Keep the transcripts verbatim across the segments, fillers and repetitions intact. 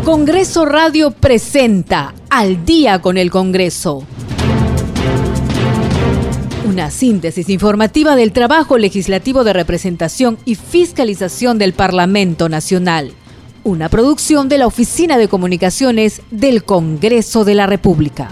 Congreso Radio presenta Al Día con el Congreso. Una síntesis informativa del trabajo legislativo de representación y fiscalización del Parlamento Nacional. Una producción de la Oficina de Comunicaciones del Congreso de la República.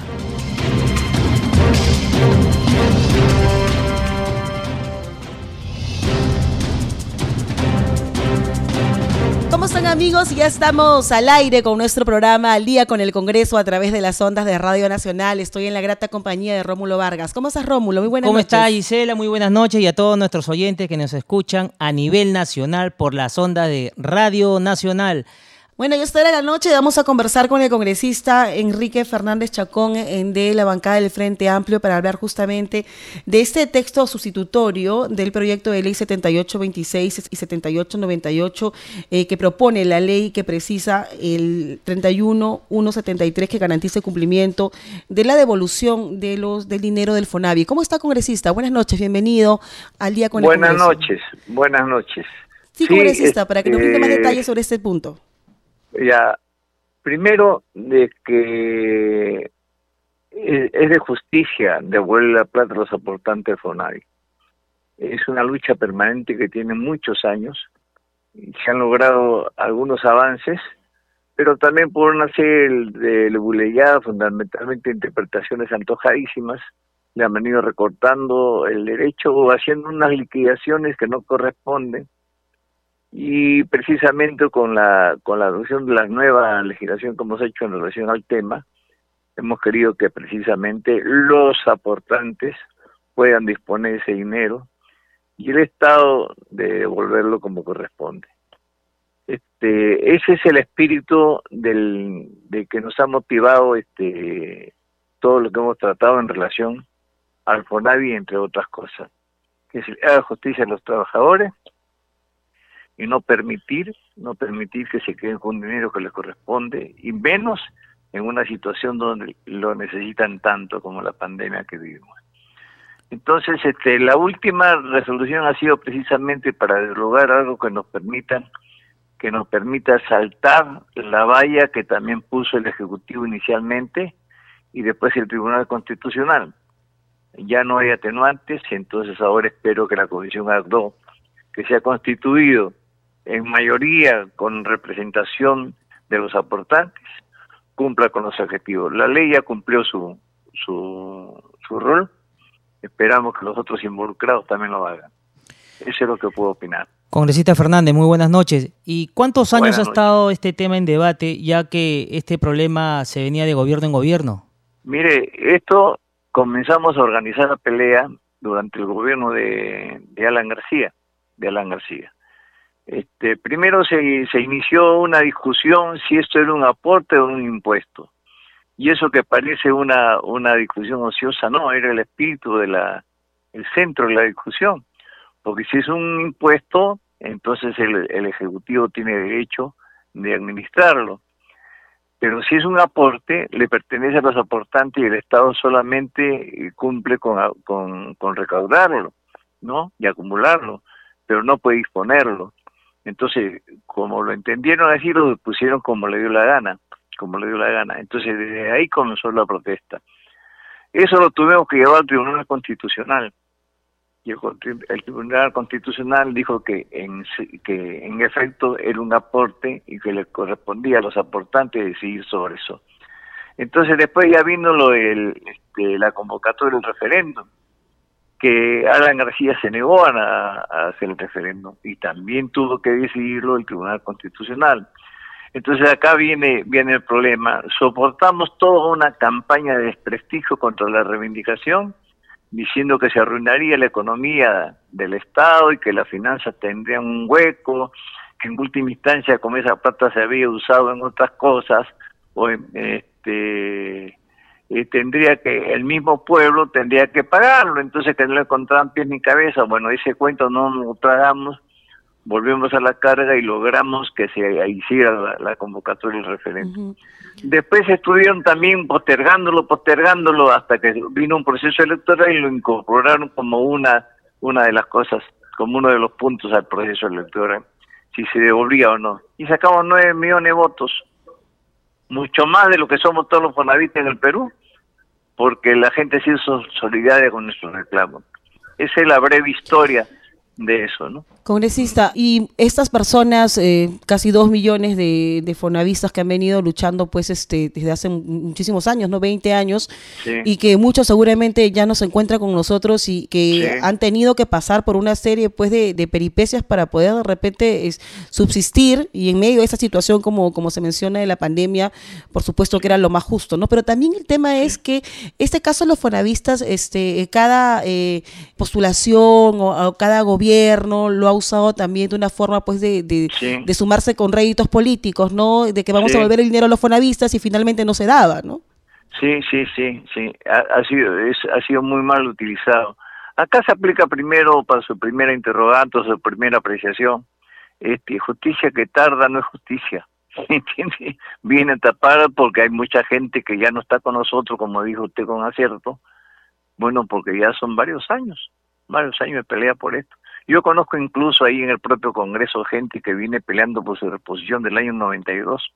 ¿Cómo están, amigos? Ya estamos al aire con nuestro programa Al Día con el Congreso a través de las ondas de Radio Nacional. Estoy en la grata compañía de Rómulo Vargas. ¿Cómo estás, Rómulo? Muy buenas ¿Cómo noches. ¿Cómo está, Gisela? Muy buenas noches, y a todos nuestros oyentes que nos escuchan a nivel nacional por las ondas de Radio Nacional. Bueno, y esta era la noche, vamos a conversar con el congresista Enrique Fernández Chacón de la bancada del Frente Amplio para hablar justamente de este texto sustitutorio del proyecto de ley setenta y ocho veintiséis y setenta y ocho noventa y ocho eh, que propone la ley que precisa el treinta y uno ciento setenta y tres que garantice el cumplimiento de la devolución de los del dinero del FONAVI. ¿Cómo está, congresista? Buenas noches, bienvenido al Día con el Congreso. Buenas noches, buenas noches. Sí, congresista, sí, para que nos brinde más detalles sobre este punto. Ya, primero de que es de justicia devolver la plata a los aportantes del FONAVI. Es una lucha permanente que tiene muchos años y se han logrado algunos avances, pero también por una serie de lebuleyadas, fundamentalmente interpretaciones antojadísimas, le han venido recortando el derecho o haciendo unas liquidaciones que no corresponden. Y precisamente con la con la adopción de la nueva legislación que hemos hecho en relación al tema, hemos querido que precisamente los aportantes puedan disponer de ese dinero y el Estado de devolverlo como corresponde. Este, ese es el espíritu del de que nos ha motivado este todo lo que hemos tratado en relación al FONAVI, entre otras cosas, que se le haga justicia a los trabajadores y no permitir, no permitir que se queden con dinero que les corresponde, y menos en una situación donde lo necesitan tanto como la pandemia que vivimos. Entonces, este, la última resolución ha sido precisamente para derogar algo que nos permita, que nos permita saltar la valla que también puso el Ejecutivo inicialmente y después el Tribunal Constitucional. Ya no hay atenuantes, y entonces ahora espero que la Comisión ad hoc, que se ha constituido en mayoría con representación de los aportantes, cumpla con los objetivos. La ley ya cumplió su su, su rol, esperamos que los otros involucrados también lo hagan. Eso es lo que puedo opinar. Congresista Fernández, muy buenas noches. ¿Y cuántos años buenas ha noches. estado este tema en debate, ya que este problema se venía de gobierno en gobierno? Mire, esto comenzamos a organizar la pelea durante el gobierno de, de Alan García, de Alan García. Este, primero se, se inició una discusión si esto era un aporte o un impuesto. Y eso que parece una, una discusión ociosa, no, era el espíritu de la, el centro de la discusión. Porque si es un impuesto, entonces el, el Ejecutivo tiene derecho de administrarlo. Pero si es un aporte, le pertenece a los aportantes y el Estado solamente cumple con, con, con recaudarlo, ¿no? Y acumularlo, pero no puede disponerlo. Entonces, como lo entendieron así, lo pusieron como le dio la gana, como le dio la gana. Entonces, desde ahí comenzó la protesta. Eso lo tuvimos que llevar al Tribunal Constitucional. Y el, el Tribunal Constitucional dijo que en, que en efecto era un aporte y que le correspondía a los aportantes decidir sobre eso. Entonces, después ya vino lo del, este, la convocatoria del referéndum, que Alan García se negó a, a hacer el referéndum y también tuvo que decidirlo el Tribunal Constitucional. Entonces acá viene viene el problema. Soportamos toda una campaña de desprestigio contra la reivindicación, diciendo que se arruinaría la economía del Estado y que las finanzas tendrían un hueco, que en última instancia como esa plata se había usado en otras cosas, o en, este... Eh, tendría que, el mismo pueblo tendría que pagarlo, entonces que no le encontraban pies ni cabeza. Bueno, ese cuento no lo tragamos, volvemos a la carga y logramos que se hiciera la, la convocatoria del referéndum. Uh-huh. Después estuvieron también postergándolo, postergándolo, hasta que vino un proceso electoral y lo incorporaron como una, una de las cosas, como uno de los puntos al proceso electoral, si se devolvía o no. Y sacamos nueve millones de votos. mucho más de lo que somos todos los fonavistas en el Perú, porque la gente se hizo solidaria con nuestros reclamos. Esa es la breve historia de eso, ¿no? Congresista, y estas personas, eh, casi dos millones de, de fonavistas que han venido luchando pues este desde hace muchísimos años, ¿no? veinte años, sí. Y que muchos seguramente ya no se encuentran con nosotros y que sí. han tenido que pasar por una serie pues de, de peripecias para poder de repente es, subsistir, y en medio de esa situación, como, como se menciona de la pandemia, por supuesto que era lo más justo, ¿no? Pero también el tema sí. es que este caso de los fonavistas, este, cada eh, postulación o, o cada gobierno lo ha usado también de una forma pues de, de, sí. de sumarse con réditos políticos, ¿no? De que vamos sí. a volver el dinero a los fonavistas y finalmente no se daba, ¿no? Sí, sí, sí, sí. Ha, ha sido es, ha sido muy mal utilizado. Acá se aplica primero para su primera interrogante, su primera apreciación. Este, justicia que tarda no es justicia. ¿Entiende? Viene tapada porque hay mucha gente que ya no está con nosotros, como dijo usted con acierto. Bueno, porque ya son varios años, varios años de pelea por esto. Yo conozco incluso ahí en el propio Congreso gente que viene peleando por su reposición del año noventa y dos,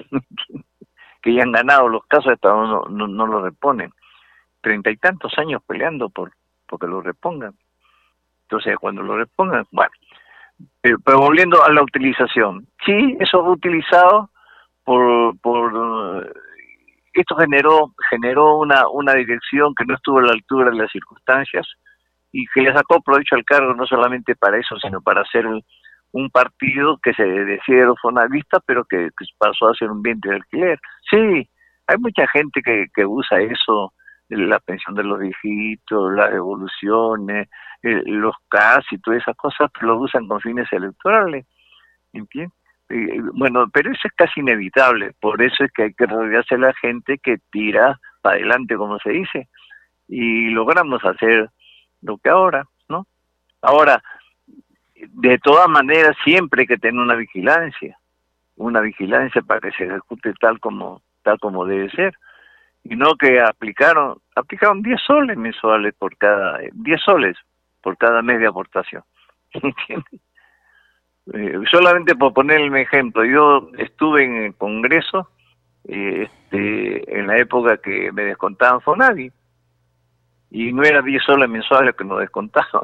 que ya han ganado los casos, hasta no, no, no lo reponen. Treinta y tantos años peleando por porque lo repongan. Entonces, cuando lo repongan, bueno. Pero, pero volviendo a la utilización, sí, eso fue utilizado por... por esto generó generó una, una dirección que no estuvo a la altura de las circunstancias, y que le sacó provecho al cargo no solamente para eso, sino para hacer un partido que se decía fonavista, pero que, que pasó a ser un vientre de alquiler. Sí, hay mucha gente que, que usa eso, la pensión de los viejitos, las devoluciones, eh, los C A S y todas esas cosas, que lo usan con fines electorales, ¿entiendes? Eh, bueno, pero eso es casi inevitable, por eso es que hay que rodearse de la gente que tira para adelante, como se dice, y logramos hacer lo que ahora, ¿no? Ahora, de todas maneras, siempre hay que tener una vigilancia, una vigilancia para que se ejecute tal como tal como debe ser, y no que aplicaron aplicaron diez soles mensuales por cada, diez soles por cada media aportación, ¿entiendes? Eh, solamente por ponerle un ejemplo, yo estuve en el Congreso eh, este, en la época que me descontaban Fonavi, y no era diez soles mensuales que nos descontaban.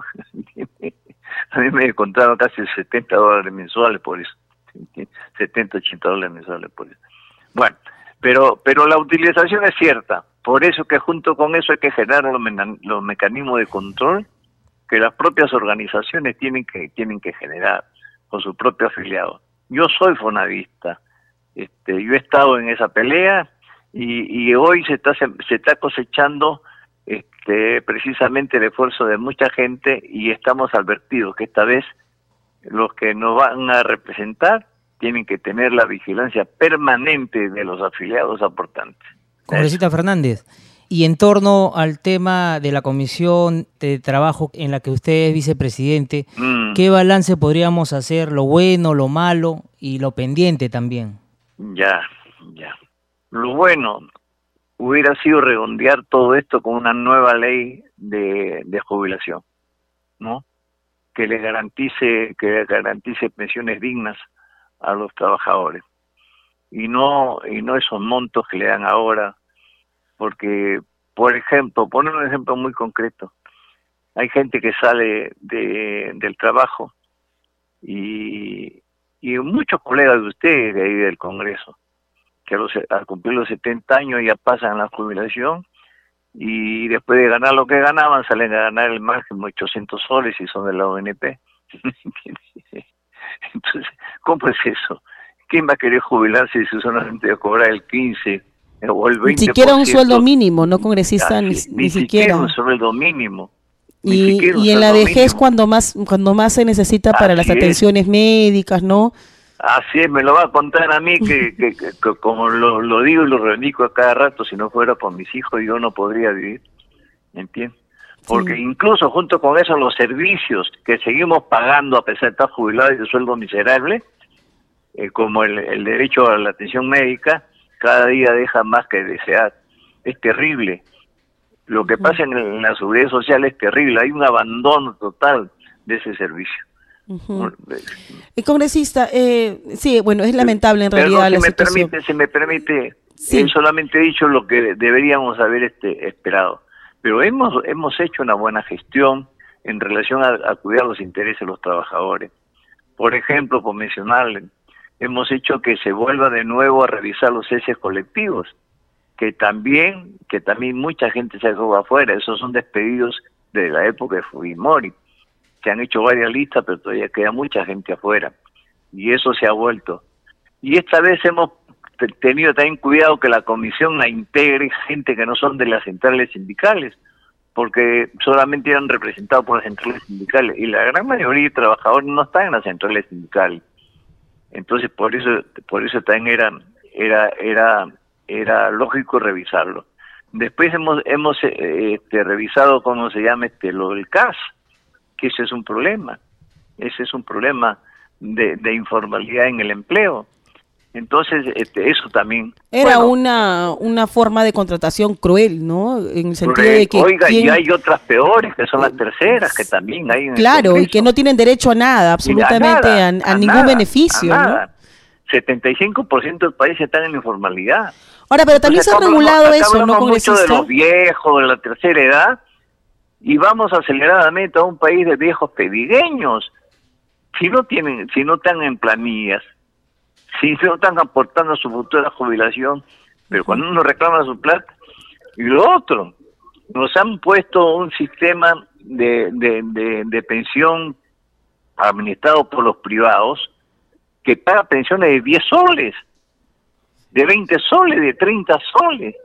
A mí me descontaron casi setenta dólares mensuales por eso, setenta, ochenta dólares mensuales por eso. Bueno, pero pero la utilización es cierta, por eso que junto con eso hay que generar los, me los mecanismos de control que las propias organizaciones tienen que tienen que generar con sus propios afiliados. Yo soy fonavista, este, yo he estado en esa pelea y, y hoy se está se está cosechando este, precisamente el esfuerzo de mucha gente, y estamos advertidos que esta vez los que nos van a representar tienen que tener la vigilancia permanente de los afiliados aportantes. Congresista Fernández, y en torno al tema de la Comisión de Trabajo en la que usted es vicepresidente, mm. ¿qué balance podríamos hacer, lo bueno, lo malo y lo pendiente también? Ya, ya. Lo bueno hubiera sido redondear todo esto con una nueva ley de, de jubilación, ¿no? Que le garantice, que le garantice pensiones dignas a los trabajadores, y no, y no esos montos que le dan ahora, porque, por ejemplo, poner un ejemplo muy concreto, hay gente que sale de, del trabajo, y, y muchos colegas de ustedes de ahí del Congreso, que a los, al cumplir los setenta años ya pasan la jubilación, y después de ganar lo que ganaban salen a ganar el máximo ochocientos soles y son de la O N P. Entonces, ¿cómo es eso? ¿Quién va a querer jubilarse si solamente va a cobrar el quince o el veinte por ciento? Ni siquiera un sueldo mínimo, ¿no, congresista? Ni, ni, ni siquiera. siquiera un sueldo mínimo. Y, y en la vejez cuando más cuando más se necesita para Así las atenciones es. médicas, ¿no? Así es, me lo va a contar a mí, que, que, que, que como lo, lo digo y lo reivindico a cada rato, si no fuera por mis hijos yo no podría vivir, ¿me entiendes? Porque sí. Incluso junto con eso los servicios que seguimos pagando a pesar de estar jubilados y de sueldo miserable, eh, como el, el derecho a la atención médica, cada día deja más que desear. Es terrible. Lo que pasa en, el, en la seguridad social es terrible, hay un abandono total de ese servicio. Uh-huh. El congresista, eh, sí, bueno, es lamentable en realidad. Perdón, si la me situación. permite, si me permite, Sí. eh, solamente he dicho lo que deberíamos haber este, esperado. Pero hemos, hemos hecho una buena gestión en relación a, a cuidar los intereses de los trabajadores. Por ejemplo, por mencionarle, hemos hecho que se vuelva de nuevo a revisar los ceses colectivos, que también, que también mucha gente se dejó afuera. Esos son despedidos de la época de Fujimori. Se han hecho varias listas, pero todavía queda mucha gente afuera. Y eso se ha vuelto. Y esta vez hemos tenido también cuidado que la comisión la integre gente que no son de las centrales sindicales, porque solamente eran representados por las centrales sindicales. Y la gran mayoría de trabajadores no están en las centrales sindicales. Entonces, por eso por eso también era era era era lógico revisarlo. Después hemos hemos eh, este, revisado, ¿cómo se llama? este Lo del C A S, que ese es un problema, ese es un problema de, de informalidad en el empleo. Entonces, este, eso también... Era bueno, una una forma de contratación cruel, ¿no? En el sentido cruel. de que... Oiga, ¿quién? y hay otras peores, que son las terceras, que también hay en Claro, el y Congreso. que no tienen derecho a nada, absolutamente a, nada, a, a a ningún nada, beneficio, a ¿no? nada. setenta y cinco por ciento del país están en la informalidad. Ahora, pero también Entonces, se ha acá hablamos- regulado acá eso, ¿no, hablamos mucho de congresista? los viejos, de la tercera edad, y vamos aceleradamente a un país de viejos pedigueños. Si no tienen, si no están en planillas, si no están aportando a su futura jubilación, pero cuando uno reclama su plata, y lo otro, nos han puesto un sistema de, de, de, de pensión administrado por los privados que paga pensiones de diez soles, de veinte soles, de treinta soles.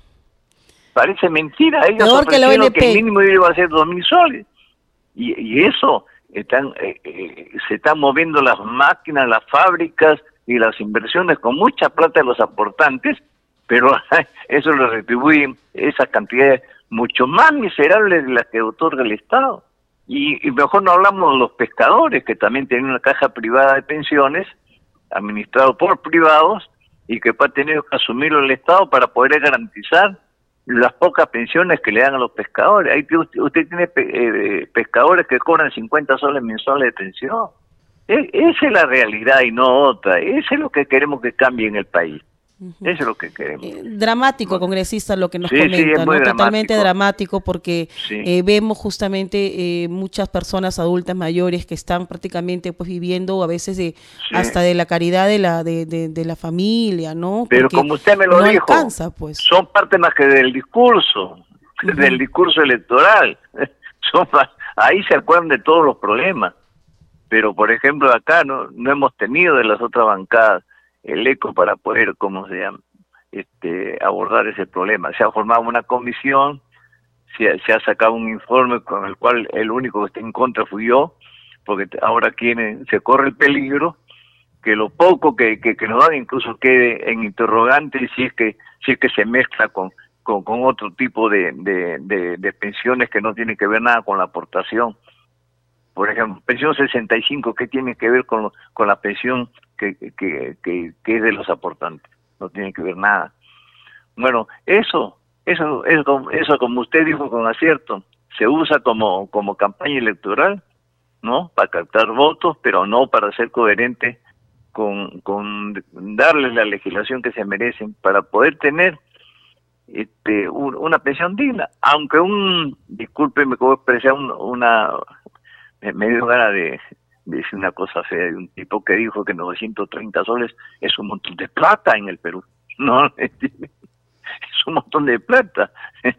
Parece mentira, ellos Peor que la ofrecieron O N P. que el mínimo iba a ser dos mil soles. Y, y eso, están eh, eh, se están moviendo las máquinas, las fábricas y las inversiones con mucha plata de los aportantes, pero eso lo retribuyen esas cantidades mucho más miserables de las que otorga el Estado. Y, y mejor no hablamos de los pescadores, que también tienen una caja privada de pensiones, administrado por privados, y que va a tener que asumirlo el Estado para poder garantizar las pocas pensiones que le dan a los pescadores. Ahí usted, usted tiene pe, eh, pescadores que cobran cincuenta soles mensuales de pensión. E, esa es la realidad y no otra. Eso es lo que queremos que cambie en el país. Uh-huh. Eso es lo que queremos. Eh, dramático, congresista, lo que nos sí, comenta, sí, es ¿no? muy Totalmente dramático, dramático porque sí. eh, vemos justamente eh, muchas personas adultas mayores que están prácticamente pues viviendo a veces de sí. hasta de la caridad de la de, de, de la familia, ¿no? Pero porque como usted me lo no dijo, alcanza, pues. son parte más que del discurso, uh-huh. del discurso electoral. Son, ahí se acuerdan de todos los problemas. Pero, por ejemplo, acá no, no hemos tenido de las otras bancadas el eco para poder, ¿cómo se llama?, este, abordar ese problema. Se ha formado una comisión, se ha, se ha sacado un informe con el cual el único que está en contra fui yo, porque ahora quieren, se corre el peligro que lo poco que, que, que nos dan incluso quede en interrogante si es que si es que se mezcla con, con, con otro tipo de, de, de, de pensiones que no tienen que ver nada con la aportación. Por ejemplo, pensión sesenta y cinco, ¿qué tiene que ver con, con la pensión que, que, que, que es de los aportantes? No tiene que ver nada. Bueno, eso, eso, eso, eso como usted dijo con acierto, se usa como, como campaña electoral, ¿no? Para captar votos, pero no para ser coherente con, con darles la legislación que se merecen para poder tener este, un, una pensión digna. Aunque un, discúlpeme que voy a expresar un, una... me dio ganas de, de decir una cosa fea de un tipo que dijo que novecientos treinta soles es un montón de plata en el Perú. No, es un montón de plata.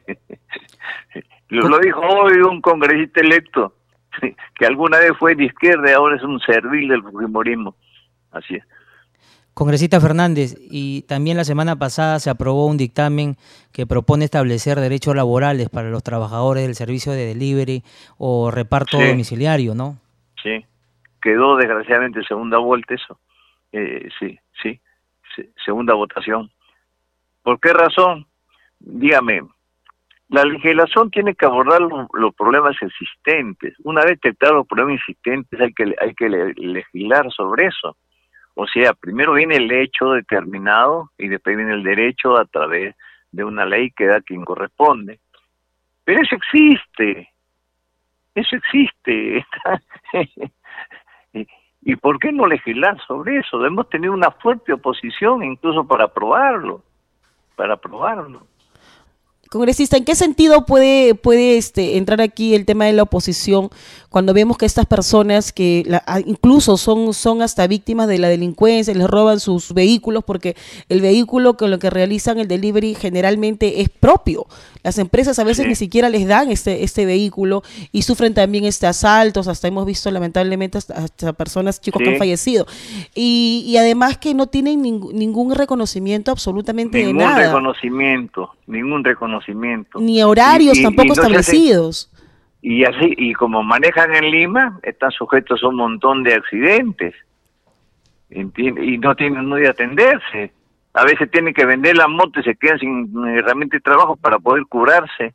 Lo, lo dijo hoy un congresista electo, que alguna vez fue de izquierda y ahora es un servil del fujimorismo. Así es. Congresista Fernández, y también la semana pasada se aprobó un dictamen que propone establecer derechos laborales para los trabajadores del servicio de delivery o reparto sí. domiciliario, ¿no? Sí, quedó desgraciadamente segunda vuelta eso. Eh, sí, sí, sí, segunda votación. ¿Por qué razón? Dígame, la legislación tiene que abordar los, los problemas existentes. Una vez detectados los problemas existentes hay que, hay que legislar sobre eso. O sea, primero viene el hecho determinado y después viene el derecho a través de una ley que da a quien corresponde. Pero eso existe, eso existe. Está, ¿Y por qué no legislar sobre eso? Hemos tenido una fuerte oposición incluso para aprobarlo, para aprobarlo. Congresista, ¿en qué sentido puede puede este entrar aquí el tema de la oposición cuando vemos que estas personas que la, incluso son son hasta víctimas de la delincuencia, les roban sus vehículos porque el vehículo con lo que realizan el delivery generalmente es propio? Las empresas a veces sí. ni siquiera les dan este este vehículo y sufren también este asaltos, hasta hemos visto lamentablemente hasta, hasta personas, chicos sí. que han fallecido. Y, y además que no tienen ning, ningún reconocimiento absolutamente ningún de nada. Ningún reconocimiento, ningún reconocimiento. Ni horarios y, y, tampoco y no establecidos. Hacen, y así y como manejan en Lima, están sujetos a un montón de accidentes. ¿Entiendes? Y no tienen dónde atenderse. A veces tienen que vender la moto y se quedan sin herramienta de trabajo para poder curarse,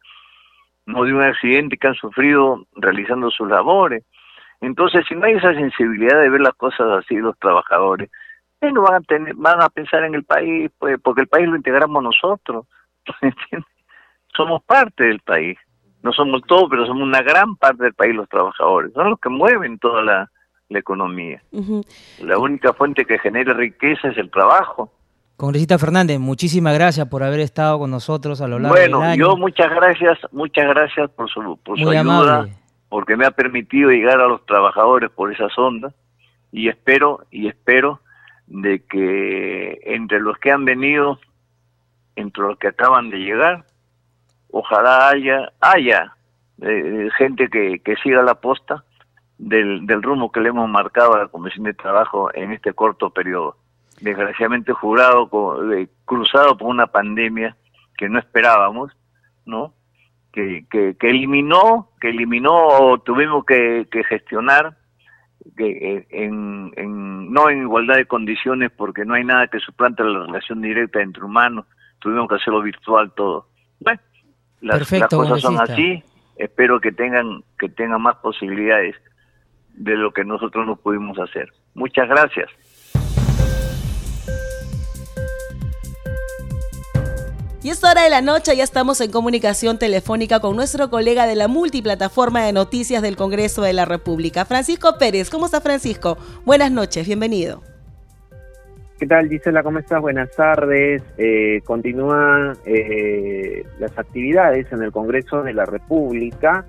no de un accidente que han sufrido realizando sus labores. Entonces, si no hay esa sensibilidad de ver las cosas así, los trabajadores, no van a tener, van a pensar en el país, pues, porque el país lo integramos nosotros. ¿Entiendes? Somos parte del país, no somos todos, pero somos una gran parte del país los trabajadores, son los que mueven toda la, la economía. Uh-huh. La única fuente que genera riqueza es el trabajo. Congresista Fernández, muchísimas gracias por haber estado con nosotros a lo largo bueno, del año. Bueno, yo muchas gracias, muchas gracias por su, por su Muy ayuda, amable. Porque me ha permitido llegar a los trabajadores por esas ondas, y espero, y espero de que entre los que han venido, entre los que acaban de llegar, ojalá haya haya eh, gente que, que siga la posta del, del rumbo que le hemos marcado a la Comisión de Trabajo en este corto periodo. Desgraciadamente jurado, eh, cruzado por una pandemia que no esperábamos, ¿no? Que, que, que eliminó, que eliminó o tuvimos que, que gestionar que, en, en, no en igualdad de condiciones, porque no hay nada que suplante la relación directa entre humanos, tuvimos que hacerlo virtual todo. Bueno, Las, Perfecto, las cosas son congresista. así, espero que tengan que tengan más posibilidades de lo que nosotros no pudimos hacer. Muchas gracias. Y esta hora de la noche ya estamos en comunicación telefónica con nuestro colega de la multiplataforma de noticias del Congreso de la República, Francisco Pérez. ¿Cómo está, Francisco? Buenas noches, bienvenido. ¿Qué tal, Gisela? ¿Cómo estás? Buenas tardes. Eh, continúan eh, las actividades en el Congreso de la República.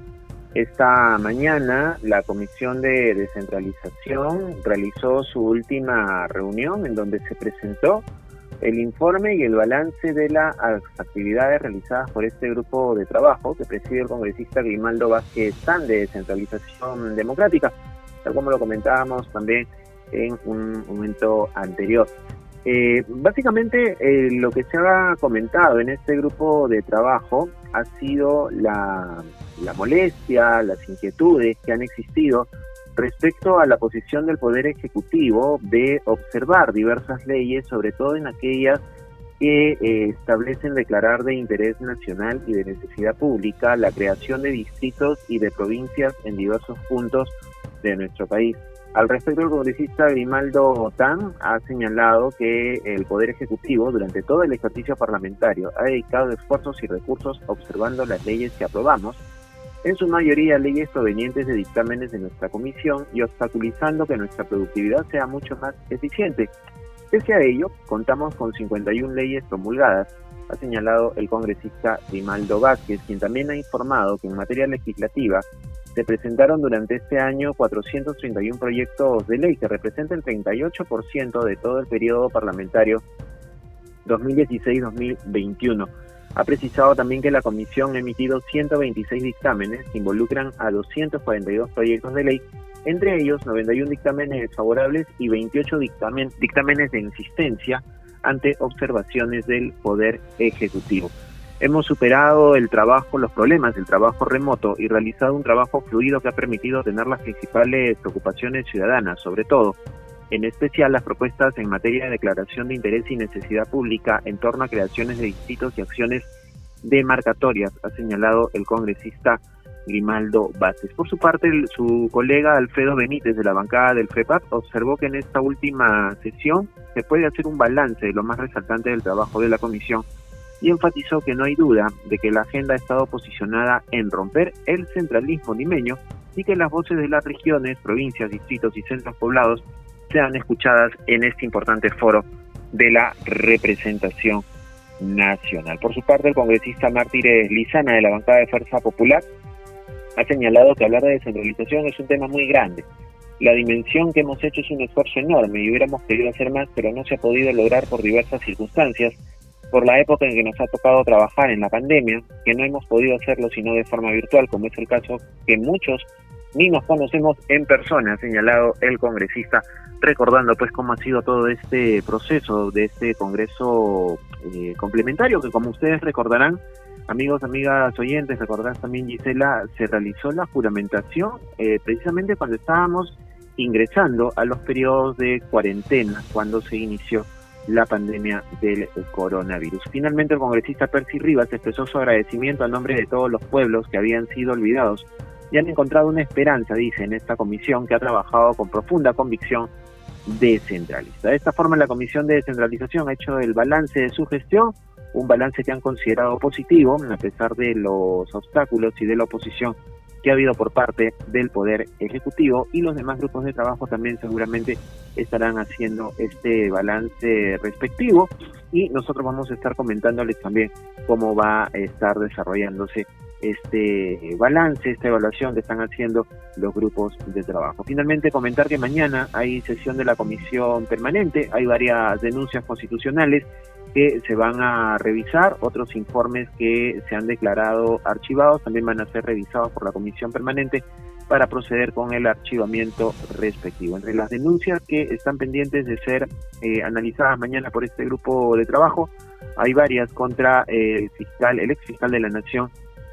Esta mañana la Comisión de Descentralización realizó su última reunión en donde se presentó el informe y el balance de las actividades realizadas por este grupo de trabajo que preside el congresista Grimaldo Vázquez San de Descentralización Democrática, tal como lo comentábamos también en un momento anterior. Eh, básicamente eh, lo que se ha comentado en este grupo de trabajo ha sido la, la molestia, las inquietudes que han existido respecto a la posición del Poder Ejecutivo de observar diversas leyes, sobre todo en aquellas que eh, establecen declarar de interés nacional y de necesidad pública la creación de distritos y de provincias en diversos puntos de nuestro país. Al respecto, el congresista Grimaldo Tan ha señalado que el Poder Ejecutivo, durante todo el ejercicio parlamentario, ha dedicado esfuerzos y recursos observando las leyes que aprobamos, en su mayoría leyes provenientes de dictámenes de nuestra comisión y obstaculizando que nuestra productividad sea mucho más eficiente. Pese a ello, contamos con cincuenta y una leyes promulgadas, ha señalado el congresista Grimaldo Vázquez, quien también ha informado que en materia legislativa se presentaron durante este año cuatrocientos treinta y uno proyectos de ley, que representa el treinta y ocho por ciento de todo el periodo parlamentario dos mil dieciséis a dos mil veintiuno. Ha precisado también que la Comisión ha emitido ciento veintiséis dictámenes que involucran a doscientos cuarenta y dos proyectos de ley, entre ellos noventa y uno dictámenes desfavorables y veintiocho dictamen, dictámenes de insistencia ante observaciones del Poder Ejecutivo. Hemos superado el trabajo, los problemas del trabajo remoto y realizado un trabajo fluido que ha permitido tener las principales preocupaciones ciudadanas, sobre todo, en especial las propuestas en materia de declaración de interés y necesidad pública en torno a creaciones de distritos y acciones demarcatorias, ha señalado el congresista Grimaldo Vázquez. Por su parte, el, su colega Alfredo Benítez, de la bancada del FEPAP, observó que en esta última sesión se puede hacer un balance de lo más resaltante del trabajo de la comisión y enfatizó que no hay duda de que la agenda ha estado posicionada en romper el centralismo limeño y que las voces de las regiones, provincias, distritos y centros poblados sean escuchadas en este importante foro de la representación nacional. Por su parte, el congresista Mártires Lizana, de la bancada de Fuerza Popular, ha señalado que hablar de descentralización es un tema muy grande. La dimensión que hemos hecho es un esfuerzo enorme y hubiéramos querido hacer más, pero no se ha podido lograr por diversas circunstancias, por la época en que nos ha tocado trabajar en la pandemia, que no hemos podido hacerlo sino de forma virtual, como es el caso que muchos ni nos conocemos en persona, ha señalado el congresista, recordando pues cómo ha sido todo este proceso de este congreso eh, complementario, que como ustedes recordarán, amigos, amigas oyentes, recordarás también, Gisela, se realizó la juramentación eh, precisamente cuando estábamos ingresando a los periodos de cuarentena, cuando se inició la pandemia del coronavirus. Finalmente, el congresista Percy Rivas expresó su agradecimiento a nombre de todos los pueblos que habían sido olvidados y han encontrado una esperanza, dice, en esta comisión que ha trabajado con profunda convicción descentralista. De esta forma, la Comisión de Descentralización ha hecho el balance de su gestión, un balance que han considerado positivo, a pesar de los obstáculos y de la oposición que ha habido por parte del Poder Ejecutivo, y los demás grupos de trabajo también seguramente estarán haciendo este balance respectivo, y nosotros vamos a estar comentándoles también cómo va a estar desarrollándose este balance, esta evaluación que están haciendo los grupos de trabajo. Finalmente, comentar que mañana hay sesión de la Comisión Permanente, hay varias denuncias constitucionales que se van a revisar, otros informes que se han declarado archivados también van a ser revisados por la Comisión Permanente para proceder con el archivamiento respectivo. Entre las denuncias que están pendientes de ser eh, analizadas mañana por este grupo de trabajo, hay varias contra el fiscal, el ex fiscal de la Nación,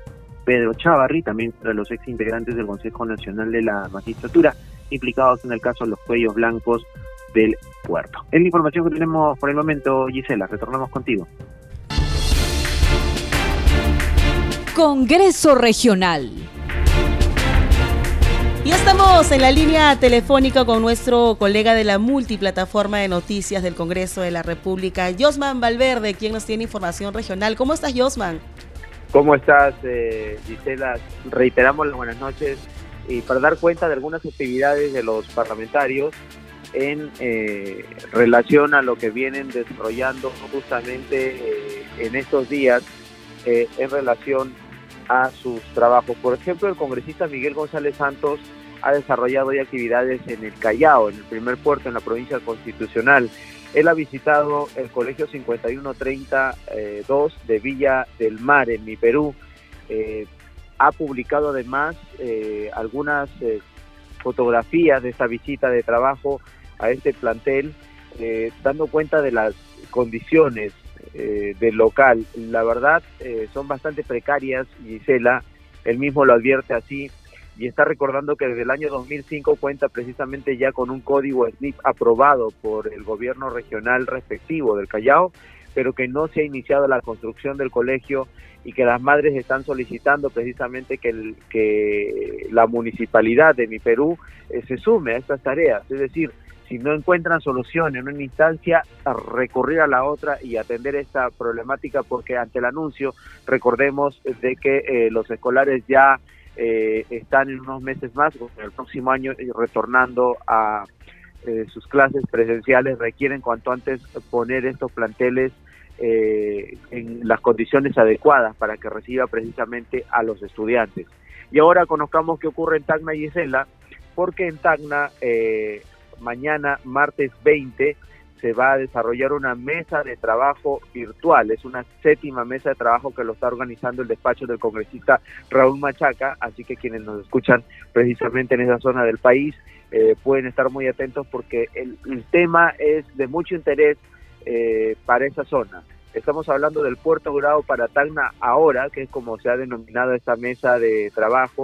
Pedro Chávarri, también contra los ex integrantes del Consejo Nacional de la Magistratura, implicados en el caso de los cuellos blancos del puerto. Es la información que tenemos por el momento, Gisela. Retornamos contigo. Congreso Regional. Y estamos en la línea telefónica con nuestro colega de la multiplataforma de noticias del Congreso de la República, Josman Valverde, quien nos tiene información regional. ¿Cómo estás, Josman? ¿Cómo estás, eh, Gisela? Reiteramos las buenas noches y para dar cuenta de algunas actividades de los parlamentarios en eh, relación a lo que vienen desarrollando justamente eh, en estos días eh, en relación a sus trabajos. Por ejemplo, el congresista Miguel González Santos ha desarrollado ya actividades en el Callao, en el primer puerto en la provincia constitucional. Él ha visitado el Colegio cincuenta y uno treinta y dos de Villa del Mar, en mi Perú. Eh, ha publicado además eh, algunas eh, fotografías de esta visita de trabajo a este plantel, eh, dando cuenta de las condiciones eh, del local. La verdad, eh, son bastante precarias, Gisela, él mismo lo advierte así, y está recordando que desde el año dos mil cinco cuenta precisamente ya con un código S N I P aprobado por el gobierno regional respectivo del Callao, pero que no se ha iniciado la construcción del colegio y que las madres están solicitando precisamente que, el, que la municipalidad de mi Perú eh, se sume a estas tareas. Es decir, si no encuentran solución en una instancia, a recurrir a la otra y atender esta problemática, porque ante el anuncio, recordemos de que eh, los escolares ya eh, están en unos meses más, en el próximo año, retornando a eh, sus clases presenciales, requieren cuanto antes poner estos planteles eh, en las condiciones adecuadas para que reciba precisamente a los estudiantes. Y ahora conozcamos qué ocurre en Tacna, Gisela, porque en Tacna eh, mañana, martes veinte, se va a desarrollar una mesa de trabajo virtual. Es una séptima mesa de trabajo que lo está organizando el despacho del congresista Raúl Machaca, así que quienes nos escuchan precisamente en esa zona del país eh, pueden estar muy atentos porque el, el tema es de mucho interés eh, para esa zona. Estamos hablando del Puerto Grau para Tacna ahora, que es como se ha denominado esta mesa de trabajo,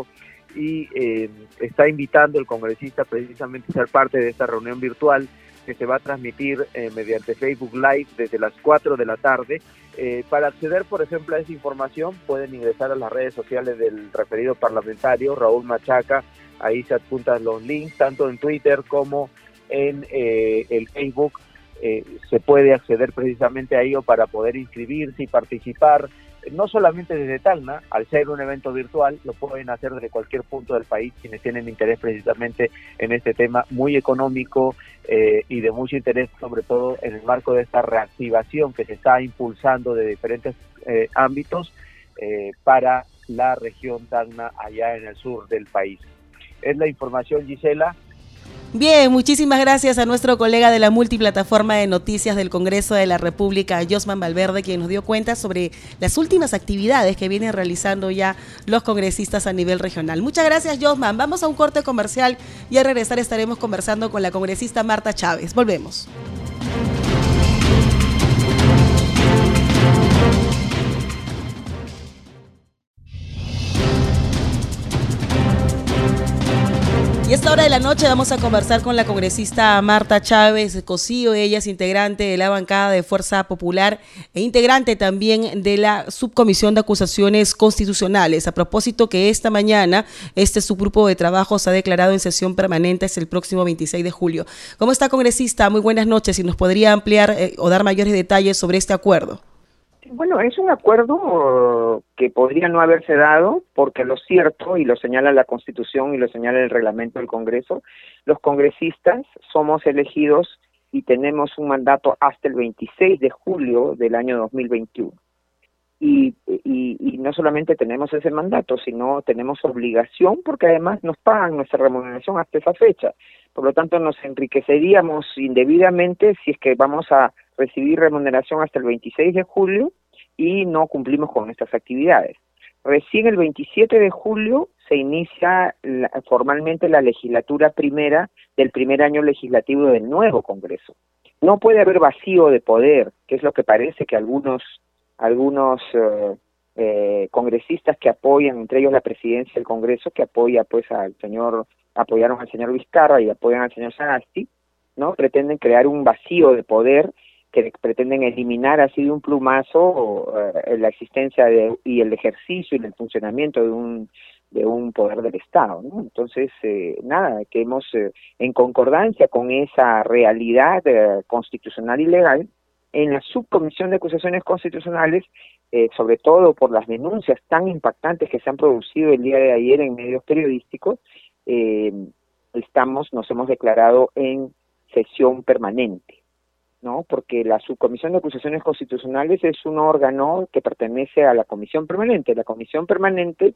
y eh, está invitando el congresista precisamente a ser parte de esta reunión virtual que se va a transmitir eh, mediante Facebook Live desde las cuatro de la tarde. Eh, para acceder, por ejemplo, a esa información pueden ingresar a las redes sociales del referido parlamentario, Raúl Machaca. Ahí se adjuntan los links, tanto en Twitter como en eh, el Facebook. Eh, se puede acceder precisamente a ello para poder inscribirse y participar no solamente desde Tacna, al ser un evento virtual, lo pueden hacer desde cualquier punto del país quienes tienen interés precisamente en este tema muy económico eh, y de mucho interés, sobre todo en el marco de esta reactivación que se está impulsando de diferentes eh, ámbitos eh, para la región Tacna allá en el sur del país. Es la información, Gisela. Bien, muchísimas gracias a nuestro colega de la multiplataforma de noticias del Congreso de la República, Josman Valverde, quien nos dio cuenta sobre las últimas actividades que vienen realizando ya los congresistas a nivel regional. Muchas gracias, Josman. Vamos a un corte comercial y al regresar estaremos conversando con la congresista Marta Chávez. Volvemos. Y a esta hora de la noche vamos a conversar con la congresista Marta Chávez Cosío. Ella es integrante de la bancada de Fuerza Popular e integrante también de la Subcomisión de Acusaciones Constitucionales. A propósito que esta mañana este subgrupo de trabajo se ha declarado en sesión permanente hasta el próximo veintiséis de julio. ¿Cómo está, congresista? Muy buenas noches. ¿Y nos podría ampliar eh, o dar mayores detalles sobre este acuerdo? Bueno, es un acuerdo que podría no haberse dado, porque lo cierto, y lo señala la Constitución y lo señala el reglamento del Congreso, los congresistas somos elegidos y tenemos un mandato hasta el veintiséis de julio del año dos mil veintiuno. Y, y, y no solamente tenemos ese mandato, sino tenemos obligación, porque además nos pagan nuestra remuneración hasta esa fecha. Por lo tanto, nos enriqueceríamos indebidamente si es que vamos a recibir remuneración hasta el veintiséis de julio y no cumplimos con nuestras actividades. Recién el veintisiete de julio se inicia la, formalmente la legislatura primera del primer año legislativo del nuevo Congreso. No puede haber vacío de poder, que es lo que parece que algunos algunos eh, eh, congresistas que apoyan, entre ellos la presidencia del Congreso, que apoya pues al señor, apoyaron al señor Vizcarra y apoyan al señor Sagasti, ¿no? Pretenden crear un vacío de poder, que pretenden eliminar así de un plumazo eh, la existencia de, y el ejercicio y el funcionamiento de un de un poder del Estado, ¿no? Entonces, eh, nada, que hemos, eh, en concordancia con esa realidad eh, constitucional y legal, en la Subcomisión de Acusaciones Constitucionales, eh, sobre todo por las denuncias tan impactantes que se han producido el día de ayer en medios periodísticos, eh, estamos, nos hemos declarado en sesión permanente, ¿no? Porque la Subcomisión de Acusaciones Constitucionales es un órgano que pertenece a la Comisión Permanente. La Comisión Permanente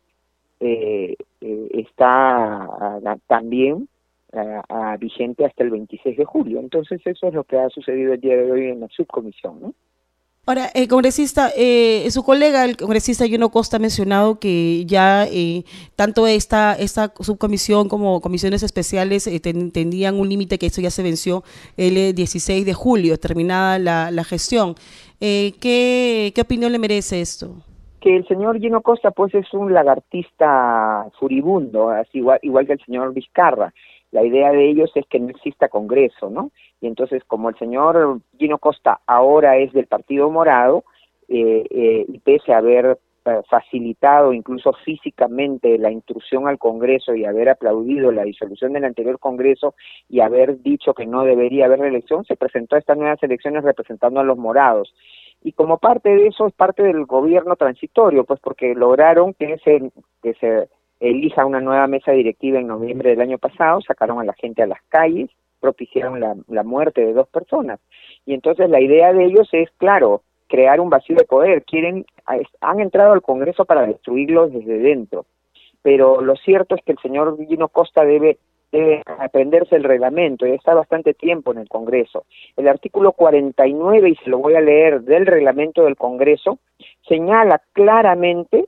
eh, eh, está a, a, también a, a, vigente hasta el veintiséis de julio. Entonces eso es lo que ha sucedido el día de hoy en la subcomisión, ¿no? Ahora, eh, congresista, eh, su colega, el congresista Gino Costa, ha mencionado que ya eh, tanto esta esta subcomisión como comisiones especiales eh, ten, tendrían un límite, que esto ya se venció el dieciséis de julio, terminada la, la gestión. Eh, ¿qué, ¿Qué opinión le merece esto? Que el señor Gino Costa pues es un lagartista furibundo, así igual, igual que el señor Vizcarra. La idea de ellos es que no exista Congreso, ¿no? Y entonces, como el señor Gino Costa ahora es del Partido Morado, eh, eh, y pese a haber eh, facilitado incluso físicamente la intrusión al Congreso y haber aplaudido la disolución del anterior Congreso y haber dicho que no debería haber reelección, se presentó a estas nuevas elecciones representando a los morados. Y como parte de eso es parte del gobierno transitorio, pues porque lograron que se... Que se elija una nueva mesa directiva en noviembre del año pasado, sacaron a la gente a las calles, propiciaron la, la muerte de dos personas. Y entonces la idea de ellos es, claro, crear un vacío de poder. Quieren, han entrado al Congreso para destruirlo desde dentro. Pero lo cierto es que el señor Gino Costa debe, debe aprenderse el reglamento, y está bastante tiempo en el Congreso. El artículo cuarenta y nueve, y se lo voy a leer, del reglamento del Congreso, señala claramente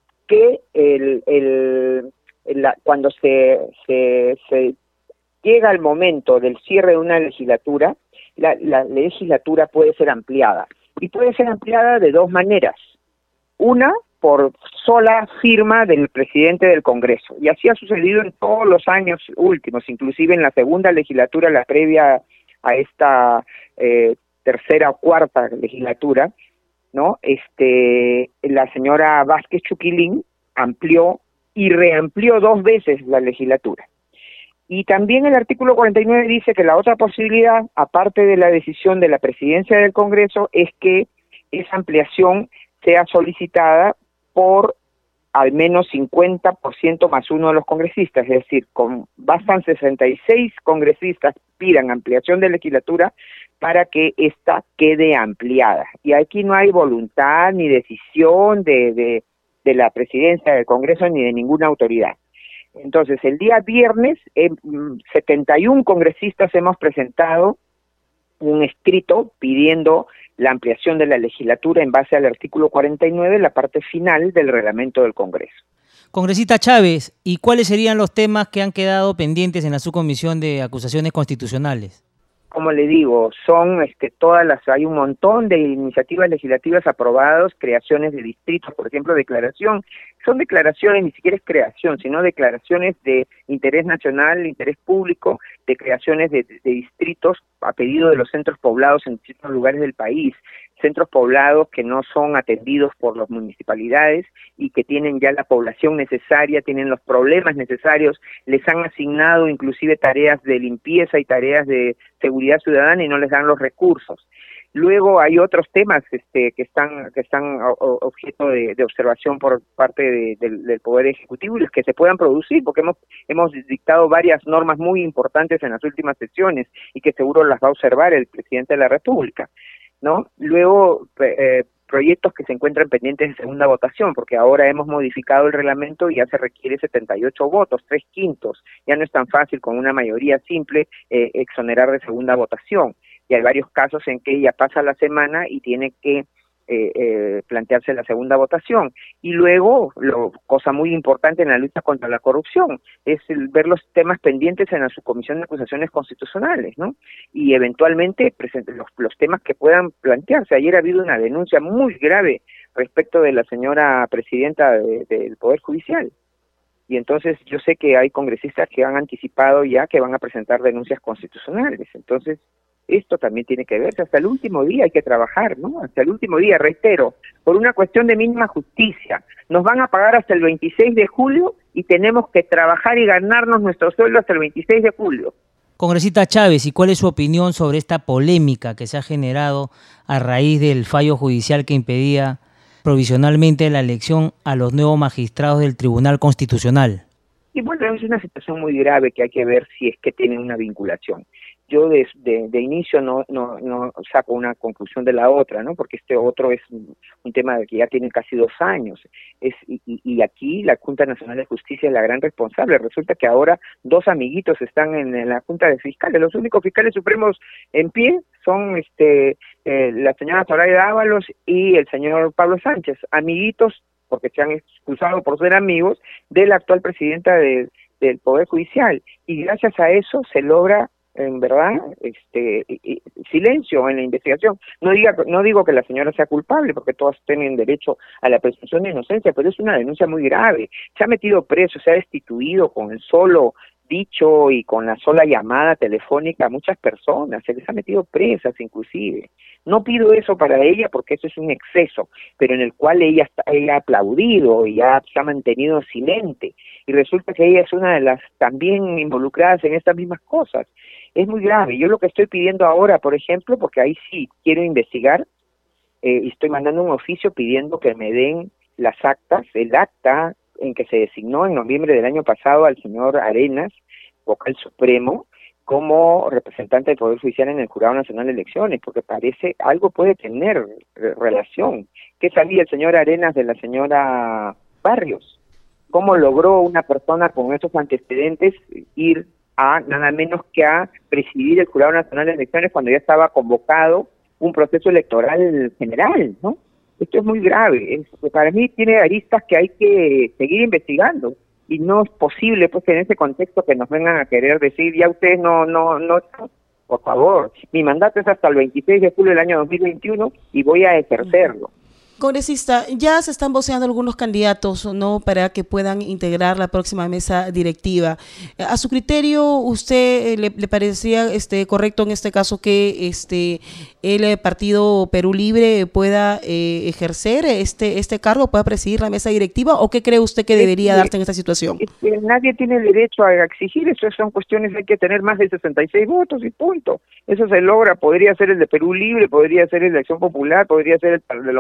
que el, el, la, cuando se, se, se llega el momento del cierre de una legislatura, la, la legislatura puede ser ampliada. Y puede ser ampliada de dos maneras. Una, por sola firma del presidente del Congreso. Y así ha sucedido en todos los años últimos, inclusive en la segunda legislatura, la previa a esta eh, tercera o cuarta legislatura, ¿no? Este, la señora Vázquez Chuquilín amplió y reamplió dos veces la legislatura. Y también el artículo cuarenta y nueve dice que la otra posibilidad, aparte de la decisión de la presidencia del Congreso, es que esa ampliación sea solicitada por al menos cincuenta por ciento más uno de los congresistas, es decir, con, bastan sesenta y seis congresistas pidan ampliación de legislatura para que ésta quede ampliada. Y aquí no hay voluntad ni decisión de, de, de la presidencia del Congreso ni de ninguna autoridad. Entonces, el día viernes, eh, setenta y uno congresistas hemos presentado un escrito pidiendo la ampliación de la legislatura en base al artículo cuarenta y nueve, la parte final del reglamento del Congreso. Congresista Chávez, ¿y cuáles serían los temas que han quedado pendientes en la subcomisión de acusaciones constitucionales? Como le digo, son este, todas las, hay un montón de iniciativas legislativas aprobadas, creaciones de distritos, por ejemplo, declaración, son declaraciones, ni siquiera es creación, sino declaraciones de interés nacional, de interés público, de creaciones de, de distritos a pedido de los centros poblados en distintos lugares del país, centros poblados que no son atendidos por las municipalidades y que tienen ya la población necesaria, tienen los problemas necesarios, les han asignado inclusive tareas de limpieza y tareas de seguridad ciudadana y no les dan los recursos. Luego hay otros temas este, que están que están objeto de, de observación por parte de, de, del Poder Ejecutivo y los que se puedan producir, porque hemos hemos dictado varias normas muy importantes en las últimas sesiones y que seguro las va a observar el presidente de la República, ¿no? Luego, eh, proyectos que se encuentran pendientes de segunda votación, porque ahora hemos modificado el reglamento y ya se requiere setenta y ocho votos, tres quintos. Ya no es tan fácil con una mayoría simple eh, exonerar de segunda votación. Y hay varios casos en que ya pasa la semana y tiene que eh, eh, plantearse la segunda votación. Y luego, lo, cosa muy importante en la lucha contra la corrupción, es el, ver los temas pendientes en la subcomisión de acusaciones constitucionales, ¿no? Y eventualmente presente, los, los temas que puedan plantearse. Ayer ha habido una denuncia muy grave respecto de la señora presidenta de, de, del Poder Judicial. Y entonces yo sé que hay congresistas que han anticipado ya que van a presentar denuncias constitucionales. Entonces, esto también tiene que verse. Hasta el último día hay que trabajar, ¿no? Hasta el último día, reitero, por una cuestión de mínima justicia. Nos van a pagar hasta el veintiséis de julio y tenemos que trabajar y ganarnos nuestro sueldo hasta el veintiséis de julio. Congresista Chávez, ¿y cuál es su opinión sobre esta polémica que se ha generado a raíz del fallo judicial que impedía provisionalmente la elección a los nuevos magistrados del Tribunal Constitucional? Y bueno, es una situación muy grave que hay que ver si es que tiene una vinculación. Yo de, de, de inicio no, no, no saco una conclusión de la otra, ¿no? Porque este otro es un, un tema que ya tiene casi dos años. Es, y, y aquí la Junta Nacional de Justicia es la gran responsable. Resulta que ahora dos amiguitos están en, en la Junta de Fiscales. Los únicos fiscales supremos en pie son este eh, la señora Zoraida Ábalos y el señor Pablo Sánchez, amiguitos, porque se han expulsado por ser amigos de la actual presidenta de, del Poder Judicial. Y gracias a eso se logra, en verdad, este silencio en la investigación. No diga, no digo que la señora sea culpable, porque todos tienen derecho a la presunción de inocencia, pero es una denuncia muy grave. Se ha metido preso, se ha destituido con el solo dicho y con la sola llamada telefónica a muchas personas, se les ha metido presas inclusive. No pido eso para ella porque eso es un exceso, pero en el cual ella, está, ella ha aplaudido y ha, se ha mantenido silente, y resulta que ella es una de las también involucradas en estas mismas cosas. Es muy grave. Yo lo que estoy pidiendo ahora, por ejemplo, porque ahí sí quiero investigar, eh, y estoy mandando un oficio pidiendo que me den las actas, el acta en que se designó en noviembre del año pasado al señor Arenas, vocal supremo, como representante del Poder Judicial en el Jurado Nacional de Elecciones, porque parece algo puede tener relación. ¿Qué sabía el señor Arenas de la señora Barrios? ¿Cómo logró una persona con estos antecedentes ir a nada menos que a presidir el Jurado Nacional de Elecciones cuando ya estaba convocado un proceso electoral general, ¿no? Esto es muy grave. Es, para mí tiene aristas que hay que seguir investigando, y no es posible pues en ese contexto que nos vengan a querer decir ya ustedes no, no, no, por favor, mi mandato es hasta el veintiséis de julio del año dos mil veintiuno y voy a ejercerlo. Congresista, ya se están voceando algunos candidatos, ¿no?, para que puedan integrar la próxima mesa directiva. A su criterio, ¿usted eh, le, le parecía este correcto en este caso que este el Partido Perú Libre pueda eh, ejercer este este cargo, pueda presidir la mesa directiva, o qué cree usted que debería es que, darse en esta situación? Es que nadie tiene derecho a exigir eso, son cuestiones, hay que tener más de sesenta y seis votos y punto. Eso se logra, podría ser el de Perú Libre, podría ser el de Acción Popular, podría ser el de los Morados,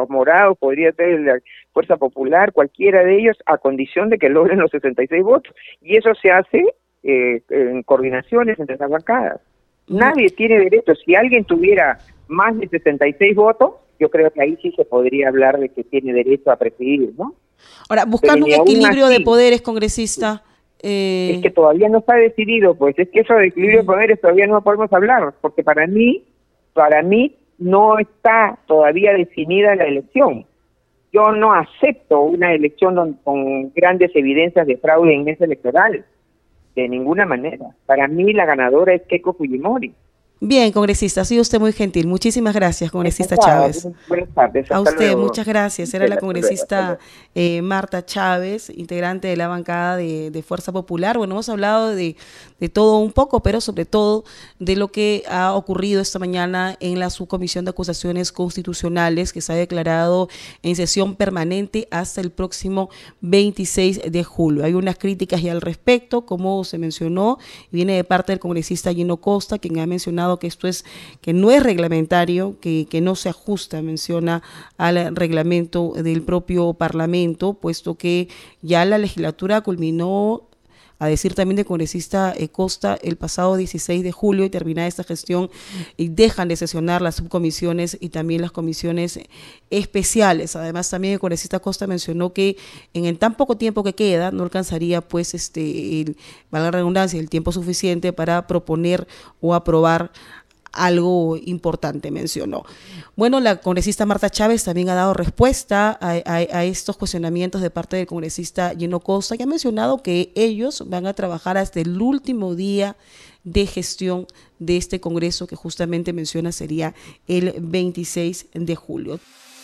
Diputados, podría ser el de la Fuerza Popular, cualquiera de ellos, a condición de que logren los sesenta y seis votos. Y eso se hace eh, en coordinaciones entre las bancadas. Nadie tiene derecho. Si alguien tuviera más de sesenta y seis votos, yo creo que ahí sí se podría hablar de que tiene derecho a presidir, ¿no? Ahora, buscando un equilibrio así, de poderes, congresista... Eh... Es que todavía no está decidido, pues es que eso de equilibrio de poderes todavía no podemos hablar, porque para mí, para mí no está todavía definida la elección. Yo no acepto una elección don, con grandes evidencias de fraude en mesa electoral, de ninguna manera. Para mí la ganadora es Keiko Fujimori. Bien, congresista, ha sido usted muy gentil. Muchísimas gracias, congresista Chávez. Buenas tardes. A usted, luego. Muchas gracias. Era la congresista eh, Marta Chávez, integrante de la bancada de, de Fuerza Popular. Bueno, hemos hablado de, de todo un poco, pero sobre todo de lo que ha ocurrido esta mañana en la Subcomisión de Acusaciones Constitucionales, que se ha declarado en sesión permanente hasta el próximo veintiséis de julio. Hay unas críticas ya al respecto, como se mencionó, viene de parte del congresista Gino Costa, quien ha mencionado que esto es, que no es reglamentario, que, que no se ajusta, menciona, al reglamento del propio Parlamento, puesto que ya la legislatura culminó, a decir también del congresista eh, Costa, el pasado dieciséis de julio, y terminada esta gestión y dejan de sesionar las subcomisiones y también las comisiones especiales. Además, también el congresista Costa mencionó que en el tan poco tiempo que queda no alcanzaría, pues, este, el, valga la redundancia, el tiempo suficiente para proponer o aprobar algo importante, mencionó. Bueno, la congresista Marta Chávez también ha dado respuesta a, a, a estos cuestionamientos de parte del congresista Gino Costa, que ha mencionado que ellos van a trabajar hasta el último día de gestión de este Congreso, que justamente menciona sería el veintiséis de julio.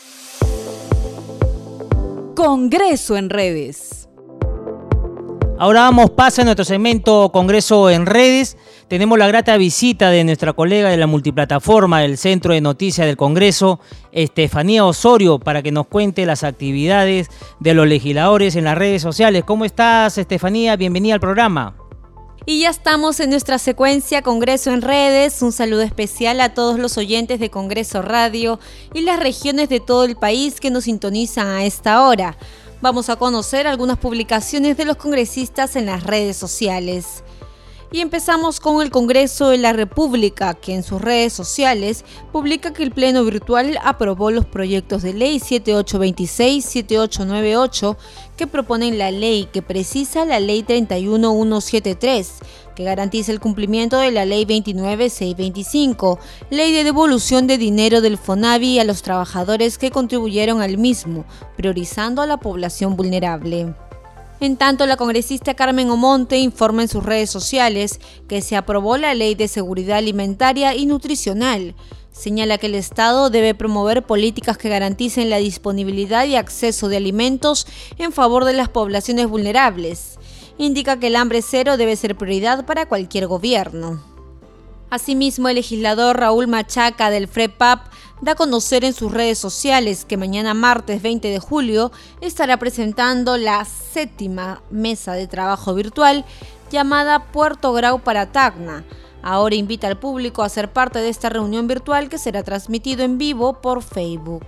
Congreso en redes. Ahora damos paso a nuestro segmento Congreso en Redes. Tenemos la grata visita de nuestra colega de la multiplataforma del Centro de Noticias del Congreso, Estefanía Osorio, para que nos cuente las actividades de los legisladores en las redes sociales. ¿Cómo estás, Estefanía? Bienvenida al programa. Y ya estamos en nuestra secuencia Congreso en Redes. Un saludo especial a todos los oyentes de Congreso Radio y las regiones de todo el país que nos sintonizan a esta hora. Vamos a conocer algunas publicaciones de los congresistas en las redes sociales. Y empezamos con el Congreso de la República, que en sus redes sociales publica que el Pleno Virtual aprobó los proyectos de ley siete ocho veintiséis, siete ocho noventa y ocho, que proponen la ley que precisa la ley treinta y uno mil ciento setenta y tres, que garantiza el cumplimiento de la ley veintinueve mil seiscientos veinticinco, ley de devolución de dinero del FONAVI a los trabajadores que contribuyeron al mismo, priorizando a la población vulnerable. En tanto, la congresista Carmen Omonte informa en sus redes sociales que se aprobó la Ley de Seguridad Alimentaria y Nutricional. Señala que el Estado debe promover políticas que garanticen la disponibilidad y acceso de alimentos en favor de las poblaciones vulnerables. Indica que el hambre cero debe ser prioridad para cualquier gobierno. Asimismo, el legislador Raúl Machaca del FREPAP da a conocer en sus redes sociales que mañana martes veinte de julio estará presentando la séptima mesa de trabajo virtual llamada Puerto Grau para Tacna. Ahora invita al público a ser parte de esta reunión virtual que será transmitido en vivo por Facebook.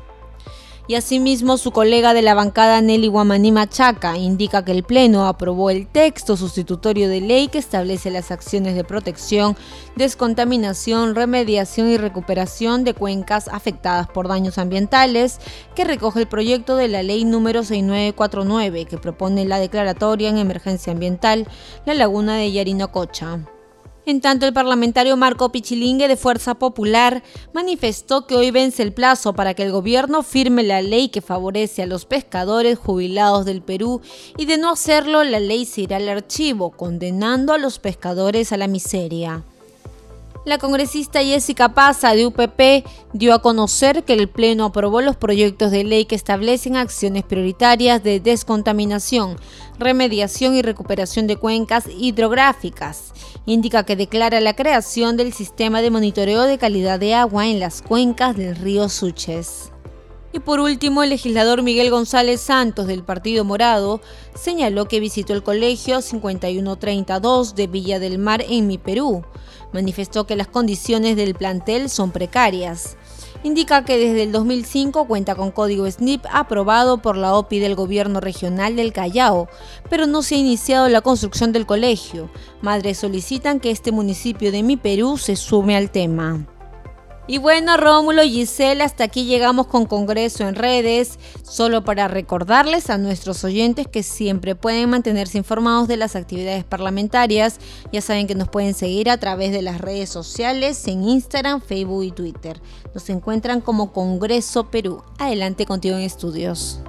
Y asimismo, su colega de la bancada Nelly Guamaní Machaca indica que el Pleno aprobó el texto sustitutorio de ley que establece las acciones de protección, descontaminación, remediación y recuperación de cuencas afectadas por daños ambientales, que recoge el proyecto de la ley número seis nueve cuatro nueve, que propone la declaratoria en emergencia ambiental la laguna de Yarinococha. En tanto, el parlamentario Marco Pichilingue de Fuerza Popular manifestó que hoy vence el plazo para que el gobierno firme la ley que favorece a los pescadores jubilados del Perú, y de no hacerlo, la ley se irá al archivo, condenando a los pescadores a la miseria. La congresista Jessica Paza de U P P dio a conocer que el Pleno aprobó los proyectos de ley que establecen acciones prioritarias de descontaminación, remediación y recuperación de cuencas hidrográficas. Indica que declara la creación del sistema de monitoreo de calidad de agua en las cuencas del río Suches. Y por último, el legislador Miguel González Santos del Partido Morado señaló que visitó el colegio cincuenta y uno treinta y dos de Villa del Mar en Mi Perú. Manifestó que las condiciones del plantel son precarias. indica que desde el dos mil cinco cuenta con código S N I P aprobado por la O P I del Gobierno Regional del Callao, pero no se ha iniciado la construcción del colegio. Madres solicitan que este municipio de Mi Perú se sume al tema. Y bueno, Rómulo y Gisela, hasta aquí llegamos con Congreso en Redes, solo para recordarles a nuestros oyentes que siempre pueden mantenerse informados de las actividades parlamentarias. Ya saben que nos pueden seguir a través de las redes sociales en Instagram, Facebook y Twitter. Nos encuentran como Congreso Perú. Adelante contigo en estudios.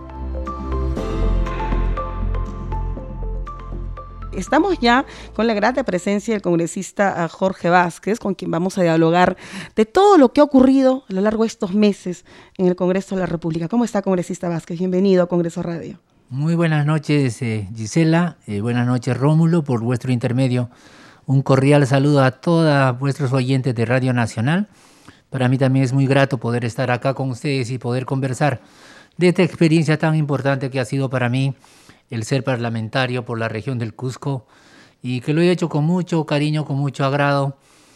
Estamos ya con la grata presencia del congresista Jorge Vázquez, con quien vamos a dialogar de todo lo que ha ocurrido a lo largo de estos meses en el Congreso de la República. ¿Cómo está, congresista Vázquez? Bienvenido a Congreso Radio. Muy buenas noches, eh, Gisela. Eh, buenas noches, Rómulo, por vuestro intermedio. Un cordial saludo a todos vuestros oyentes de Radio Nacional. Para mí también es muy grato poder estar acá con ustedes y poder conversar de esta experiencia tan importante que ha sido para mí el ser parlamentario por la región del Cusco, y que lo he hecho con mucho cariño, con mucho agrado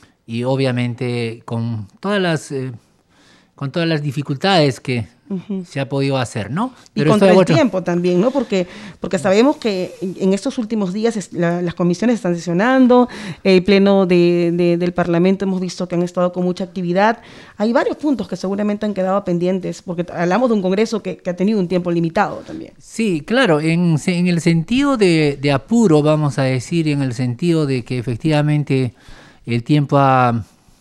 y obviamente con todas las, eh, con todas las dificultades que uh-huh. se ha podido hacer, ¿no? Pero y contra el otro... tiempo también, ¿no? Porque, porque sabemos que en estos últimos días es, la, las comisiones están sesionando, el pleno de, de, del Parlamento hemos visto que han estado con mucha actividad. Hay varios puntos que seguramente han quedado pendientes, porque hablamos de un Congreso que, que ha tenido un tiempo limitado también. Sí, claro, en, en el sentido de, de apuro, vamos a decir, en el sentido de que efectivamente el tiempo ha,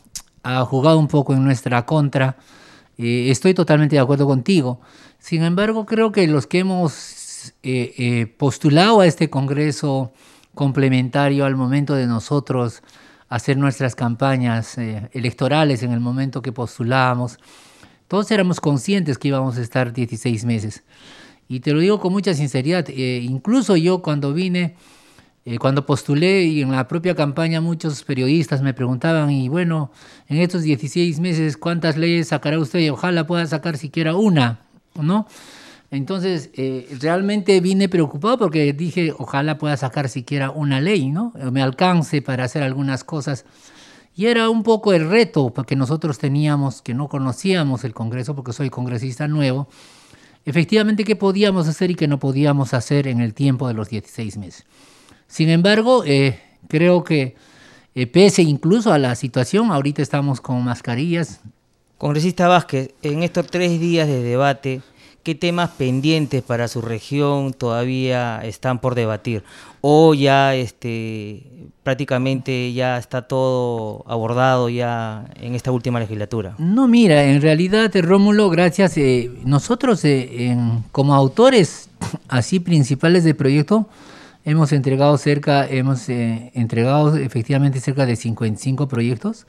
ha jugado un poco en nuestra contra. Eh, estoy totalmente de acuerdo contigo. Sin embargo, creo que los que hemos eh, eh, postulado a este Congreso complementario al momento de nosotros hacer nuestras campañas eh, electorales, en el momento que postulábamos, todos éramos conscientes que íbamos a estar dieciséis meses. Y te lo digo con mucha sinceridad, eh, incluso yo cuando vine, Eh, cuando postulé y en la propia campaña muchos periodistas me preguntaban, y bueno, en estos dieciséis meses, ¿cuántas leyes sacará usted? Y ojalá pueda sacar siquiera una, ¿no? Entonces, eh, realmente vine preocupado porque dije, ojalá pueda sacar siquiera una ley, ¿no? Me alcance para hacer algunas cosas. Y era un poco el reto que nosotros teníamos, que no conocíamos el Congreso, porque soy congresista nuevo, efectivamente qué podíamos hacer y qué no podíamos hacer en el tiempo de los dieciséis meses. Sin embargo, eh, creo que eh, pese incluso a la situación, ahorita estamos con mascarillas. Congresista Vázquez, en estos tres días de debate, ¿qué temas pendientes para su región todavía están por debatir? ¿O ya este, prácticamente ya está todo abordado ya en esta última legislatura? No, mira, en realidad, Rómulo, gracias. Eh, nosotros eh, en, como autores así principales del proyecto, Hemos entregado cerca, hemos eh, entregado efectivamente cerca de cincuenta y cinco proyectos,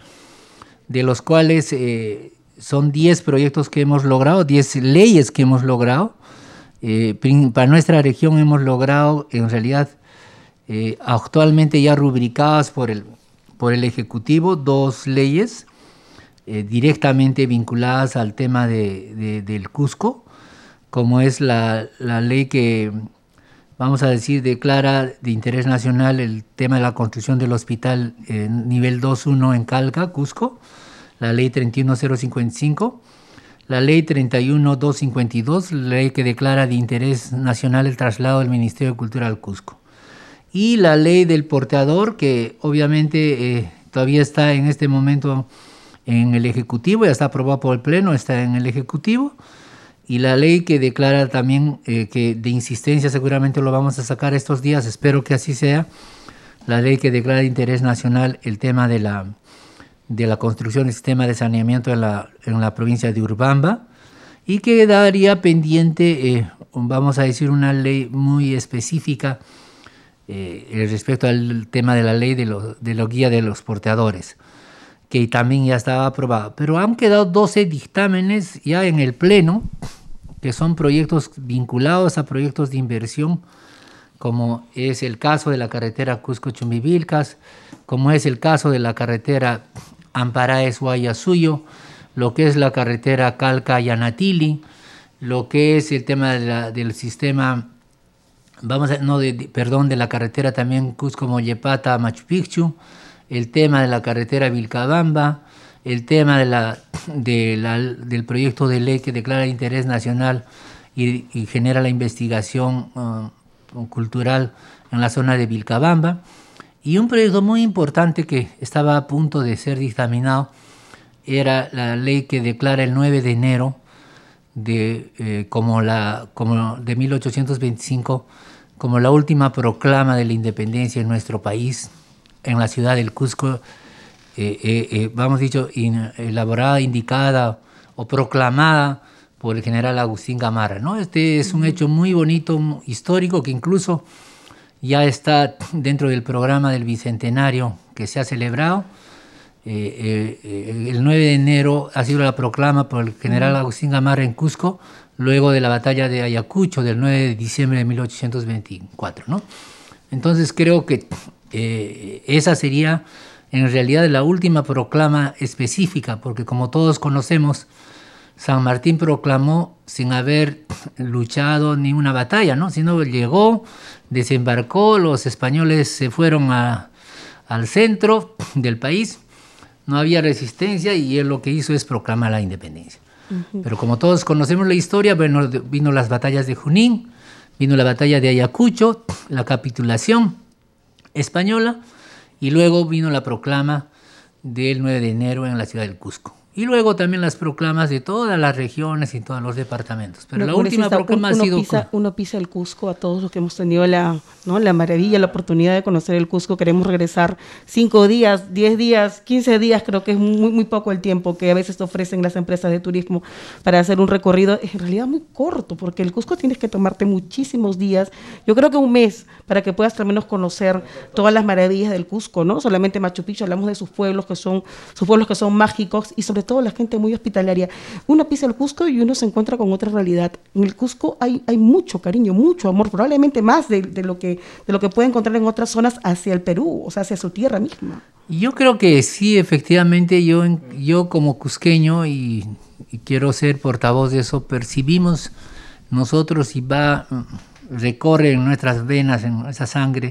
de los cuales eh, son diez proyectos que hemos logrado, diez leyes que hemos logrado. Eh, para nuestra región hemos logrado, en realidad, eh, actualmente ya rubricadas por el, por el Ejecutivo, dos leyes eh, directamente vinculadas al tema de, de, del Cusco, como es la, la ley que, vamos a decir, declara de interés nacional el tema de la construcción del hospital eh, nivel dos punto uno en Calca, Cusco, la ley treinta y uno mil cincuenta y cinco, la ley treinta y uno mil doscientos cincuenta y dos, la ley que declara de interés nacional el traslado del Ministerio de Cultura al Cusco, y la ley del porteador, que obviamente eh, todavía está en este momento en el Ejecutivo, ya está aprobado por el Pleno, está en el Ejecutivo, y la ley que declara también eh, que de insistencia seguramente lo vamos a sacar estos días, espero que así sea, la ley que declara de interés nacional el tema de la, de la construcción del sistema de saneamiento en la, en la provincia de Urubamba, y que quedaría pendiente, eh, vamos a decir, una ley muy específica eh, respecto al tema de la ley de, lo, de la guía de los porteadores, que también ya estaba aprobado. Pero han quedado doce dictámenes ya en el Pleno, que son proyectos vinculados a proyectos de inversión, como es el caso de la carretera Cusco-Chumbivilcas, como es el caso de la carretera Amparaes-Guayasuyo, lo que es la carretera Calca-Yanatili, lo que es el tema de la, del sistema, vamos a, no, de, de, perdón, de la carretera también Cusco-Mollepata-Machu Picchu, el tema de la carretera Vilcabamba, el tema de la, de la, del proyecto de ley que declara de interés nacional y, y genera la investigación uh, cultural en la zona de Vilcabamba, y un proyecto muy importante que estaba a punto de ser dictaminado era la ley que declara el nueve de enero de, eh, como la, como de mil ochocientos veinticinco como la última proclama de la independencia en nuestro país, en la ciudad del Cusco, eh, eh, eh, vamos dicho, in, elaborada, indicada o proclamada por el general Agustín Gamarra, ¿no? Este es un hecho muy bonito, histórico, que incluso ya está dentro del programa del Bicentenario que se ha celebrado. Eh, eh, el nueve de enero ha sido la proclama por el general Agustín Gamarra en Cusco, luego de la batalla de Ayacucho del nueve de diciembre de mil ochocientos veinticuatro, ¿no? Entonces creo que eh, esa sería en realidad la última proclama específica, porque como todos conocemos, San Martín proclamó sin haber luchado ni una batalla, ¿no? Sino llegó, desembarcó, los españoles se fueron a, al centro del país, no había resistencia y él lo que hizo es proclamar la independencia. Uh-huh. Pero como todos conocemos la historia, bueno, vino las batallas de Junín, vino la batalla de Ayacucho, la capitulación española, y luego vino la proclama del nueve de enero en la ciudad del Cusco. Y luego también las proclamas de todas las regiones y todos los departamentos. Pero no, la última proclama uno ha sido... Pisa, uno pisa el Cusco, a todos los que hemos tenido la, ¿no? la maravilla, la oportunidad de conocer el Cusco. Queremos regresar cinco días, diez días, quince días, creo que es muy, muy poco el tiempo que a veces te ofrecen las empresas de turismo para hacer un recorrido. Es en realidad muy corto, porque el Cusco tienes que tomarte muchísimos días. Yo creo que un mes para que puedas al menos conocer todas las maravillas del Cusco, ¿no? Solamente Machu Picchu, hablamos de sus pueblos que son, sus pueblos que son mágicos y sobre todo la gente muy hospitalaria. Uno pisa el Cusco y uno se encuentra con otra realidad. En el Cusco hay, hay mucho cariño, mucho amor, probablemente más de, de, lo que, de lo que puede encontrar en otras zonas hacia el Perú, o sea, hacia su tierra misma. Yo creo que sí, efectivamente, yo, yo como cusqueño, y, y quiero ser portavoz de eso, percibimos nosotros y va, recorre en nuestras venas, en nuestra sangre,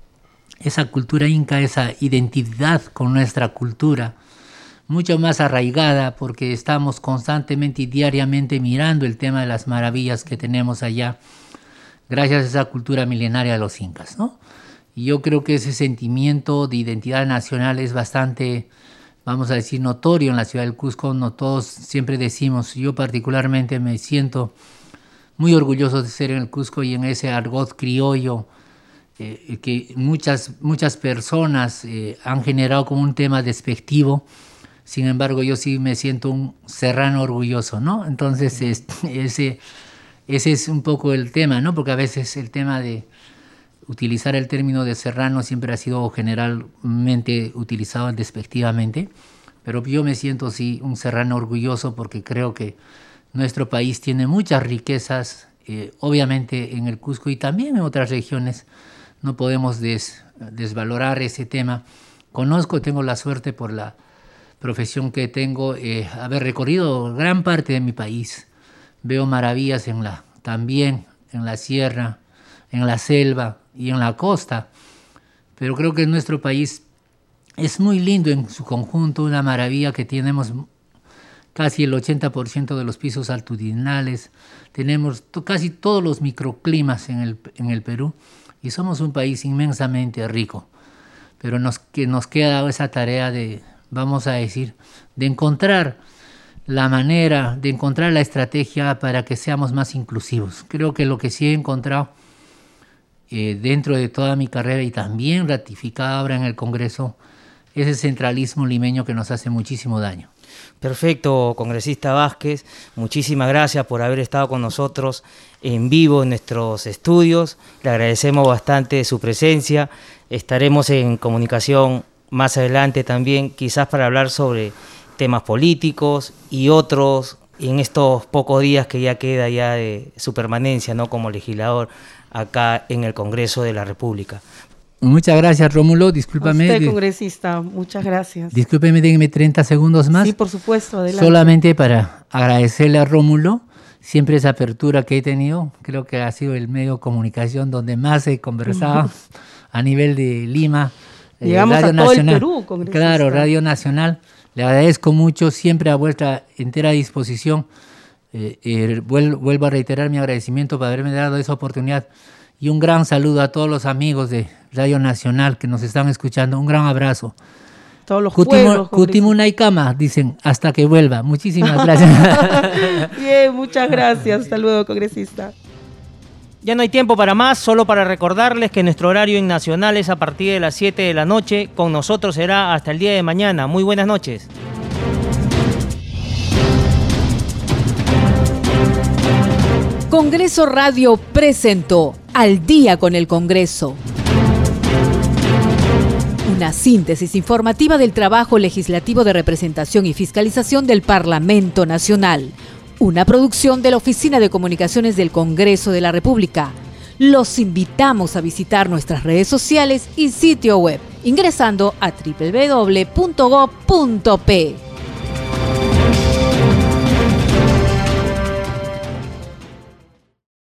esa cultura inca, esa identidad con nuestra cultura, mucho más arraigada, porque estamos constantemente y diariamente mirando el tema de las maravillas que tenemos allá, gracias a esa cultura milenaria de los incas, ¿no? Y yo creo que ese sentimiento de identidad nacional es bastante, vamos a decir, notorio en la ciudad del Cusco. No todos siempre decimos, yo particularmente me siento muy orgulloso de ser en el Cusco y en ese argot criollo eh, que muchas, muchas personas eh, han generado como un tema despectivo. Sin embargo, yo sí me siento un serrano orgulloso, ¿no? Entonces, este, ese, ese es un poco el tema, ¿no? Porque a veces el tema de utilizar el término de serrano siempre ha sido generalmente utilizado despectivamente, pero yo me siento sí un serrano orgulloso porque creo que nuestro país tiene muchas riquezas, eh, obviamente en el Cusco y también en otras regiones. No podemos des, desvalorar ese tema. Conozco, tengo la suerte por la profesión que tengo, eh, haber recorrido gran parte de mi país. Veo maravillas en la, también en la sierra, en la selva y en la costa, pero creo que nuestro país es muy lindo en su conjunto, una maravilla que tenemos casi el ochenta por ciento de los pisos altitudinales, tenemos to- casi todos los microclimas en el, en el Perú y somos un país inmensamente rico, pero nos, que nos queda esa tarea de, vamos a decir, de encontrar la manera, de encontrar la estrategia para que seamos más inclusivos. Creo que lo que sí he encontrado eh, dentro de toda mi carrera y también ratificada ahora en el Congreso es el centralismo limeño que nos hace muchísimo daño. Perfecto, congresista Vázquez, muchísimas gracias por haber estado con nosotros en vivo en nuestros estudios, le agradecemos bastante su presencia, estaremos en comunicación más adelante también, quizás para hablar sobre temas políticos y otros en estos pocos días que ya queda ya de su permanencia, ¿no?, como legislador acá en el Congreso de la República. Muchas gracias, Rómulo. Discúlpame. A usted, congresista, muchas gracias. Discúlpeme, déjeme treinta segundos más. Sí, por supuesto, adelante. Solamente para agradecerle a Rómulo siempre esa apertura que he tenido. Creo que ha sido el medio de comunicación donde más he conversado a nivel de Lima. Llegamos eh, Radio a todo Nacional. el Perú, congresista. Claro, Radio Nacional. Le agradezco mucho, siempre a vuestra entera disposición. Eh, eh, vuelvo, vuelvo a reiterar mi agradecimiento por haberme dado esa oportunidad y un gran saludo a todos los amigos de Radio Nacional que nos están escuchando. Un gran abrazo. Todos los pueblos. Kutimuna y Kama, dicen, hasta que vuelva. Muchísimas gracias. Bien, muchas gracias. Hasta luego, congresista. Ya no hay tiempo para más, solo para recordarles que nuestro horario en Nacional es a partir de las siete de la noche. Con nosotros será hasta el día de mañana. Muy buenas noches. Congreso Radio presentó Al Día con el Congreso. Una síntesis informativa del trabajo legislativo de representación y fiscalización del Parlamento Nacional. Una producción de la Oficina de Comunicaciones del Congreso de la República. Los invitamos a visitar nuestras redes sociales y sitio web ingresando a doble u doble u doble u punto gob punto pe.